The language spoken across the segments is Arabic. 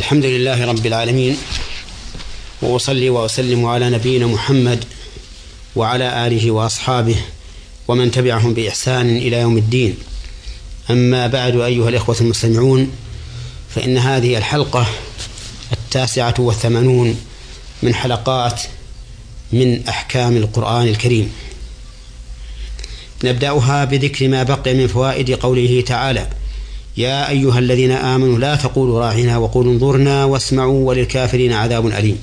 الحمد لله رب العالمين، وأصلي وأسلم على نبينا محمد وعلى آله وأصحابه ومن تبعهم بإحسان إلى يوم الدين. أما بعد، أيها الإخوة المستمعون، فإن هذه الحلقة 89 من حلقات من أحكام القرآن الكريم. نبدأها بذكر ما بقي من فوائد قوله تعالى: يا أيها الذين آمنوا لا تقولوا راعنا وقولوا انظرنا واسمعوا وللكافرين عذاب أليم.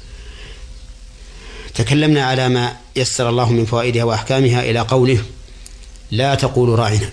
تكلمنا على ما يسر الله من فوائدها وأحكامها إلى قوله لا تقولوا راعنا،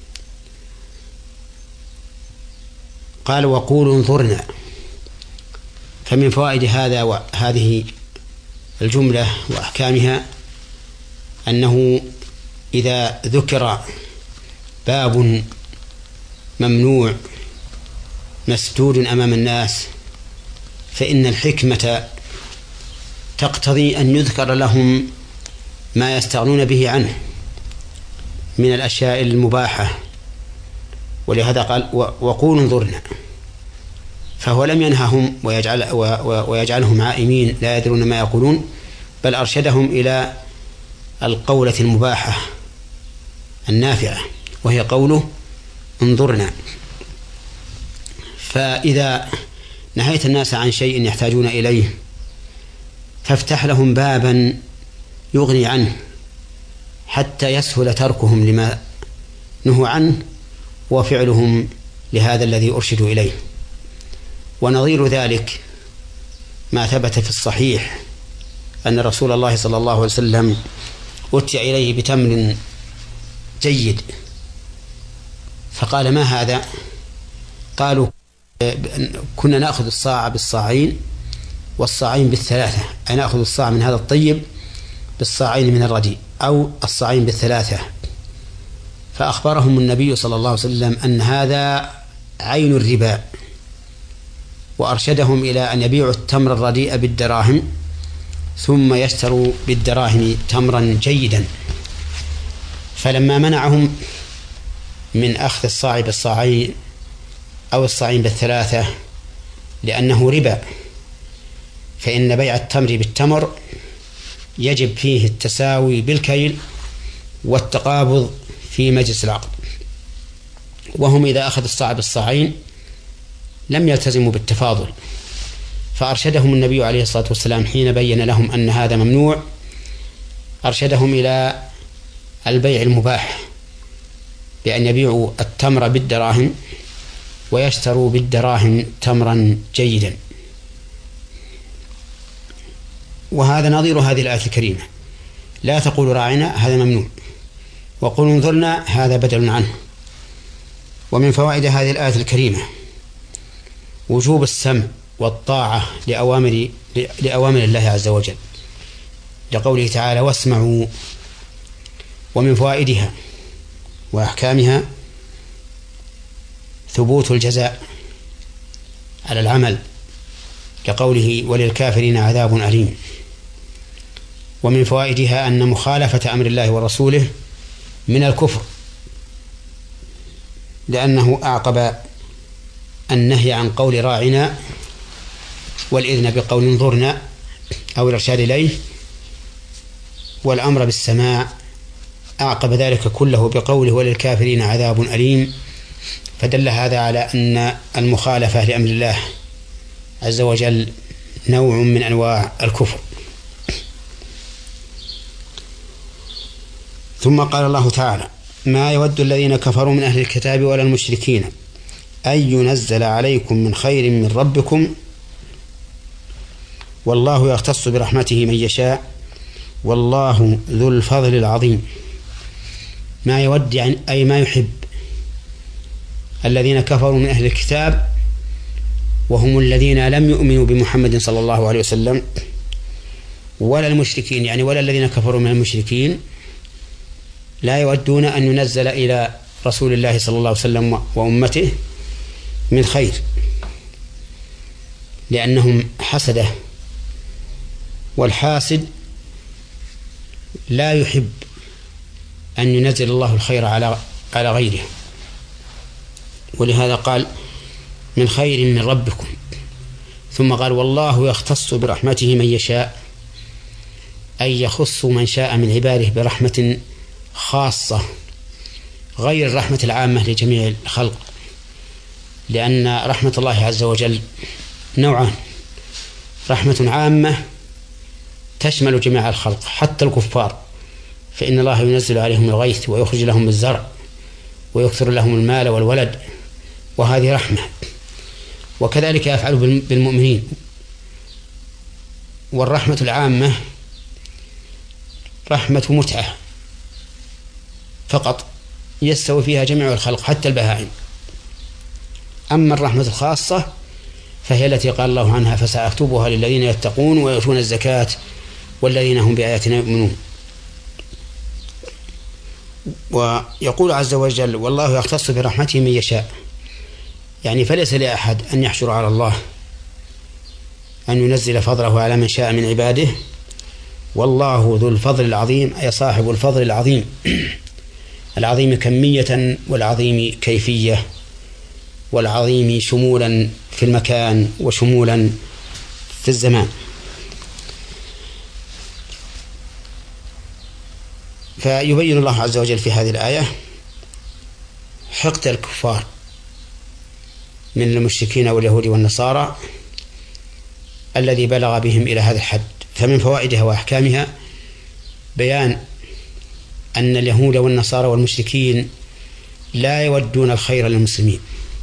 قال وقولوا انظرنا. فمن فوائد هذا وهذه الجملة وأحكامها أنه إذا ذكر باب ممنوع مسدود أمام الناس فإن الحكمة تقتضي أن يذكر لهم ما يستغنون به عنه من الأشياء المباحة، ولهذا قال وقولوا انظرنا، فهو لم ينههم ويجعلهم عائمين لا يدرون ما يقولون، بل أرشدهم إلى القولة المباحة النافعة وهي قوله انظرنا. فإذا نهيت الناس عن شيء يحتاجون إليه فافتح لهم بابا يغني عنه حتى يسهل تركهم لما نهوا عنه وفعلهم لهذا الذي أرشدوا إليه. ونظير ذلك ما ثبت في الصحيح أن رسول الله صلى الله عليه وسلم أتي إليه بتمر جيد فقال: ما هذا؟ قالوا: كنا نأخذ الصاع بالصاعين والصاعين بالثلاثة، أي نأخذ الصاع من هذا الطيب بالصاعين من الرديء، أو الصاعين بالثلاثة. فأخبرهم النبي صلى الله عليه وسلم أن هذا عين الربا، وأرشدهم إلى أن يبيعوا التمر الرديء بالدراهم ثم يشتروا بالدراهم تمرا جيدا. فلما منعهم من أخذ الصاع بالصاعين أو الصاعين بالثلاثة لأنه ربا، فإن بيع التمر بالتمر يجب فيه التساوي بالكيل والتقابض في مجلس العقد، وهم إذا أخذ الصاع بالصاعين لم يلتزموا بالتفاضل. فأرشدهم النبي عليه الصلاة والسلام حين بين لهم أن هذا ممنوع، أرشدهم إلى البيع المباح بأن يبيعوا التمر بالدراهم ويشتروا بالدراهم تمرا جيدا. وهذا نظير هذه الآية الكريمة: لا تقولوا راعنا، هذا ممنوع، وقولوا انظرنا، هذا بدل عنه. ومن فوائد هذه الآية الكريمة وجوب السمع والطاعة لأوامر الله عز وجل، لقوله تعالى واسمعوا. ومن فوائدها وأحكامها ثبوت الجزاء على العمل، لقوله وللكافرين عذاب أليم. ومن فوائدها أن مخالفة أمر الله ورسوله من الكفر، لأنه أعقب النهي عن قول راعنا والإذن بقول انظرنا أو الإرشاد إليه والأمر بالسماع، أعقب ذلك كله بقوله وللكافرين عذاب أليم. فدل هذا على أن المخالفة لأمر الله عز وجل نوع من أنواع الكفر. ثم قال الله تعالى: ما يود الذين كفروا من أهل الكتاب ولا المشركين أن ينزل عليكم من خير من ربكم والله يختص برحمته من يشاء والله ذو الفضل العظيم. ما يود يعني أي ما يحب الذين كفروا من أهل الكتاب، وهم الذين لم يؤمنوا بمحمد صلى الله عليه وسلم، ولا المشركين يعني ولا الذين كفروا من المشركين، لا يودون أن ينزل إلى رسول الله صلى الله عليه وسلم وأمته من خير، لأنهم حسده، والحاسد لا يحب أن ينزل الله الخير على غيره. ولهذا قال من خير من ربكم، ثم قال والله يختص برحمته من يشاء، أي يخص من شاء من عباده برحمة خاصة غير الرحمة العامة لجميع الخلق، لأن رحمة الله عز وجل نوعان: رحمة عامة تشمل جميع الخلق حتى الكفار، فإن الله ينزل عليهم الغيث ويخرج لهم الزرع ويكثر لهم المال والولد، وهذه رحمة. وكذلك يفعل بالمؤمنين. والرحمة العامة رحمة متعة فقط يستوي فيها جميع الخلق حتى البهائم. أما الرحمة الخاصة فهي التي قال الله عنها: فسأكتبها للذين يتقون ويؤتون الزكاة والذين هم بآياتنا يؤمنون. ويقول عز وجل: والله يختص برحمته من يشاء، يعني فليس لأحد أن يحشر على الله أن ينزل فضله على من شاء من عباده. والله ذو الفضل العظيم، أي صاحب الفضل العظيم، العظيم كمية والعظيم كيفية والعظيم شمولا في المكان وشمولا في الزمان. فيبين الله عز وجل في هذه الآية حقد الكفار من المشركين واليهود والنصارى الذي بلغ بهم إلى هذا الحد. فمن فوائدها وأحكامها بيان أن اليهود والنصارى والمشركين لا يودون الخير للمسلمين،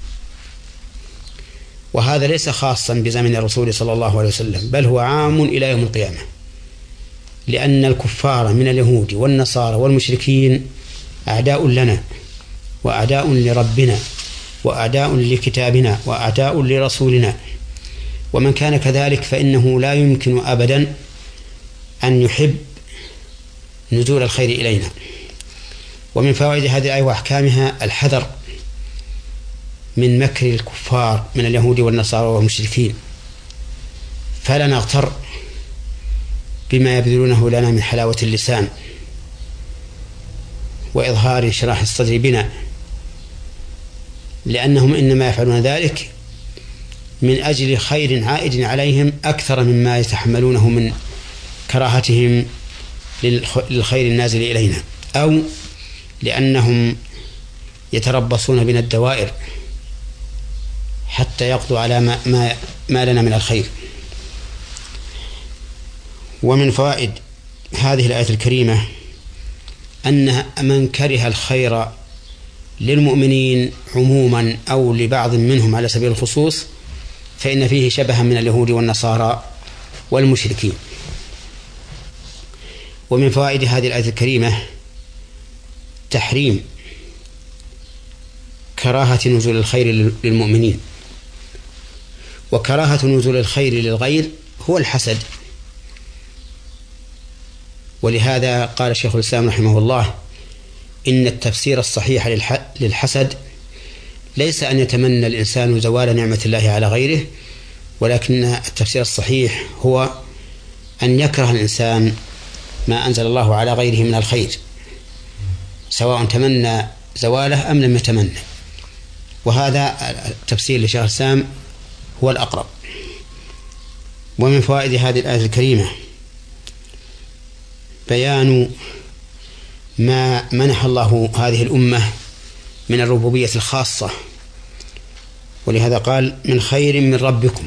وهذا ليس خاصا بزمن الرسول صلى الله عليه وسلم، بل هو عام إلى يوم القيامة، لأن الكفار من اليهود والنصارى والمشركين أعداء لنا وأعداء لربنا وأعداء لكتابنا وأعداء لرسولنا، ومن كان كذلك فإنه لا يمكن أبدا أن يحب نزول الخير إلينا. ومن فوائد هذه الآية وأحكامها الحذر من مكر الكفار من اليهود والنصارى والمشركين، فلا نغتر بما يبذلونه لنا من حلاوة اللسان وإظهار انشراح الصدر بنا، لأنهم إنما يفعلون ذلك من أجل خير عائد عليهم أكثر مما يتحملونه من كراهتهم للخير النازل إلينا، أو لأنهم يتربصون بنا الدوائر حتى يقضوا على ما لنا من الخير. ومن فوائد هذه الآية الكريمة أن من كره الخير للمؤمنين عموما أو لبعض منهم على سبيل الخصوص فإن فيه شبها من اليهود والنصارى والمشركين. ومن فوائد هذه الآية الكريمة تحريم كراهة نزول الخير للمؤمنين، وكراهة نزول الخير للغير هو الحسد. ولهذا قال شيخ الإسلام رحمه الله: إن التفسير الصحيح للحسد ليس أن يتمنى الإنسان زوال نعمة الله على غيره، ولكن التفسير الصحيح هو أن يكره الإنسان ما أنزل الله على غيره من الخير، سواء تمنى زواله أم لم يتمنى. وهذا التفسير لشيخ الإسلام هو الأقرب. ومن فوائد هذه الآية الكريمة بيان ما منح الله هذه الأمة من الربوبية الخاصة، ولهذا قال: من خير من ربكم.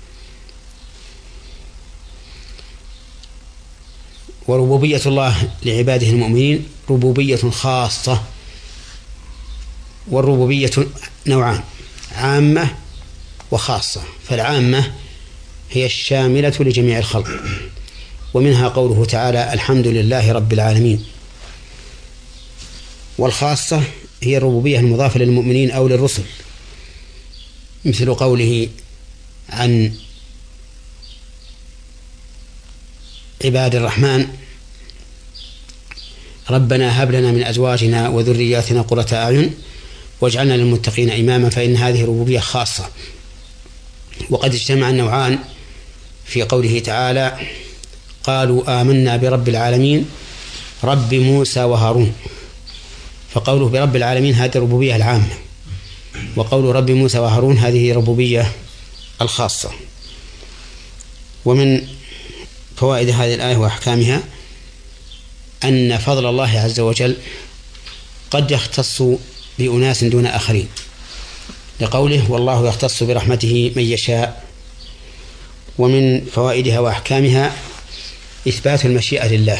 وربوبية الله لعباده المؤمنين ربوبية خاصة، والربوبية نوعان: عامة وخاصة. فالعامة هي الشاملة لجميع الخلق، ومنها قوله تعالى: الحمد لله رب العالمين. والخاصة هي الربوبية المضافة للمؤمنين أو للرسل، مثل قوله عن عباد الرحمن: ربنا هب لنا من أزواجنا وذرياتنا قرة أعين واجعلنا للمتقين إماما. فإن هذه ربوبية خاصة. وقد اجتمع النوعان في قوله تعالى: قالوا آمنا برب العالمين رب موسى وهارون. فقوله برب العالمين هذه الربوبية العامة، وقول رب موسى وهارون هذه ربوبية الخاصة. ومن فوائد هذه الآية وأحكامها أن فضل الله عز وجل قد يختص بأناس دون آخرين، لقوله والله يختص برحمته من يشاء. ومن فوائدها وأحكامها إثبات المشيئة لله،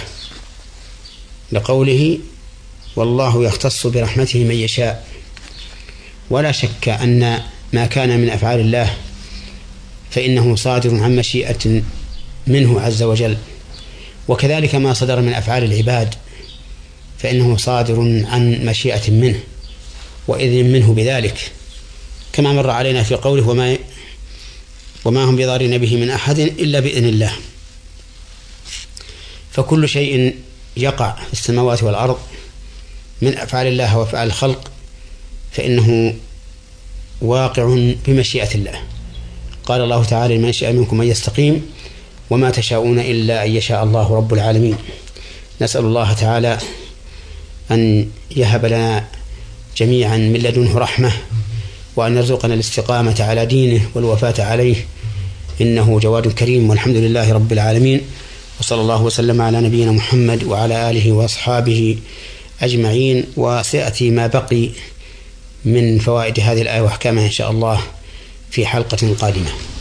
لقوله والله يختص برحمته من يشاء. ولا شك أن ما كان من أفعال الله فإنه صادر عن مشيئة منه عز وجل، وكذلك ما صدر من أفعال العباد فإنه صادر عن مشيئة منه وإذن منه بذلك، كما مر علينا في قوله وما هم بضارين به من أحد إلا بإذن الله. فكل شيء يقع في السماوات والأرض من أفعال الله وأفعال الخلق فإنه واقع بمشيئة الله. قال الله تعالى لمن شاء منكم أن يستقيم وما تشاءون إلا أن يشاء الله رب العالمين. نسأل الله تعالى أن يهب لنا جميعا من لدنه رحمة، وأن يرزقنا الاستقامة على دينه والوفاة عليه، إنه جواد كريم. والحمد لله رب العالمين، وصلى الله وسلم على نبينا محمد وعلى آله وأصحابه أجمعين. وسيأتي ما بقي من فوائد هذه الآية وأحكامها إن شاء الله في حلقة قادمة.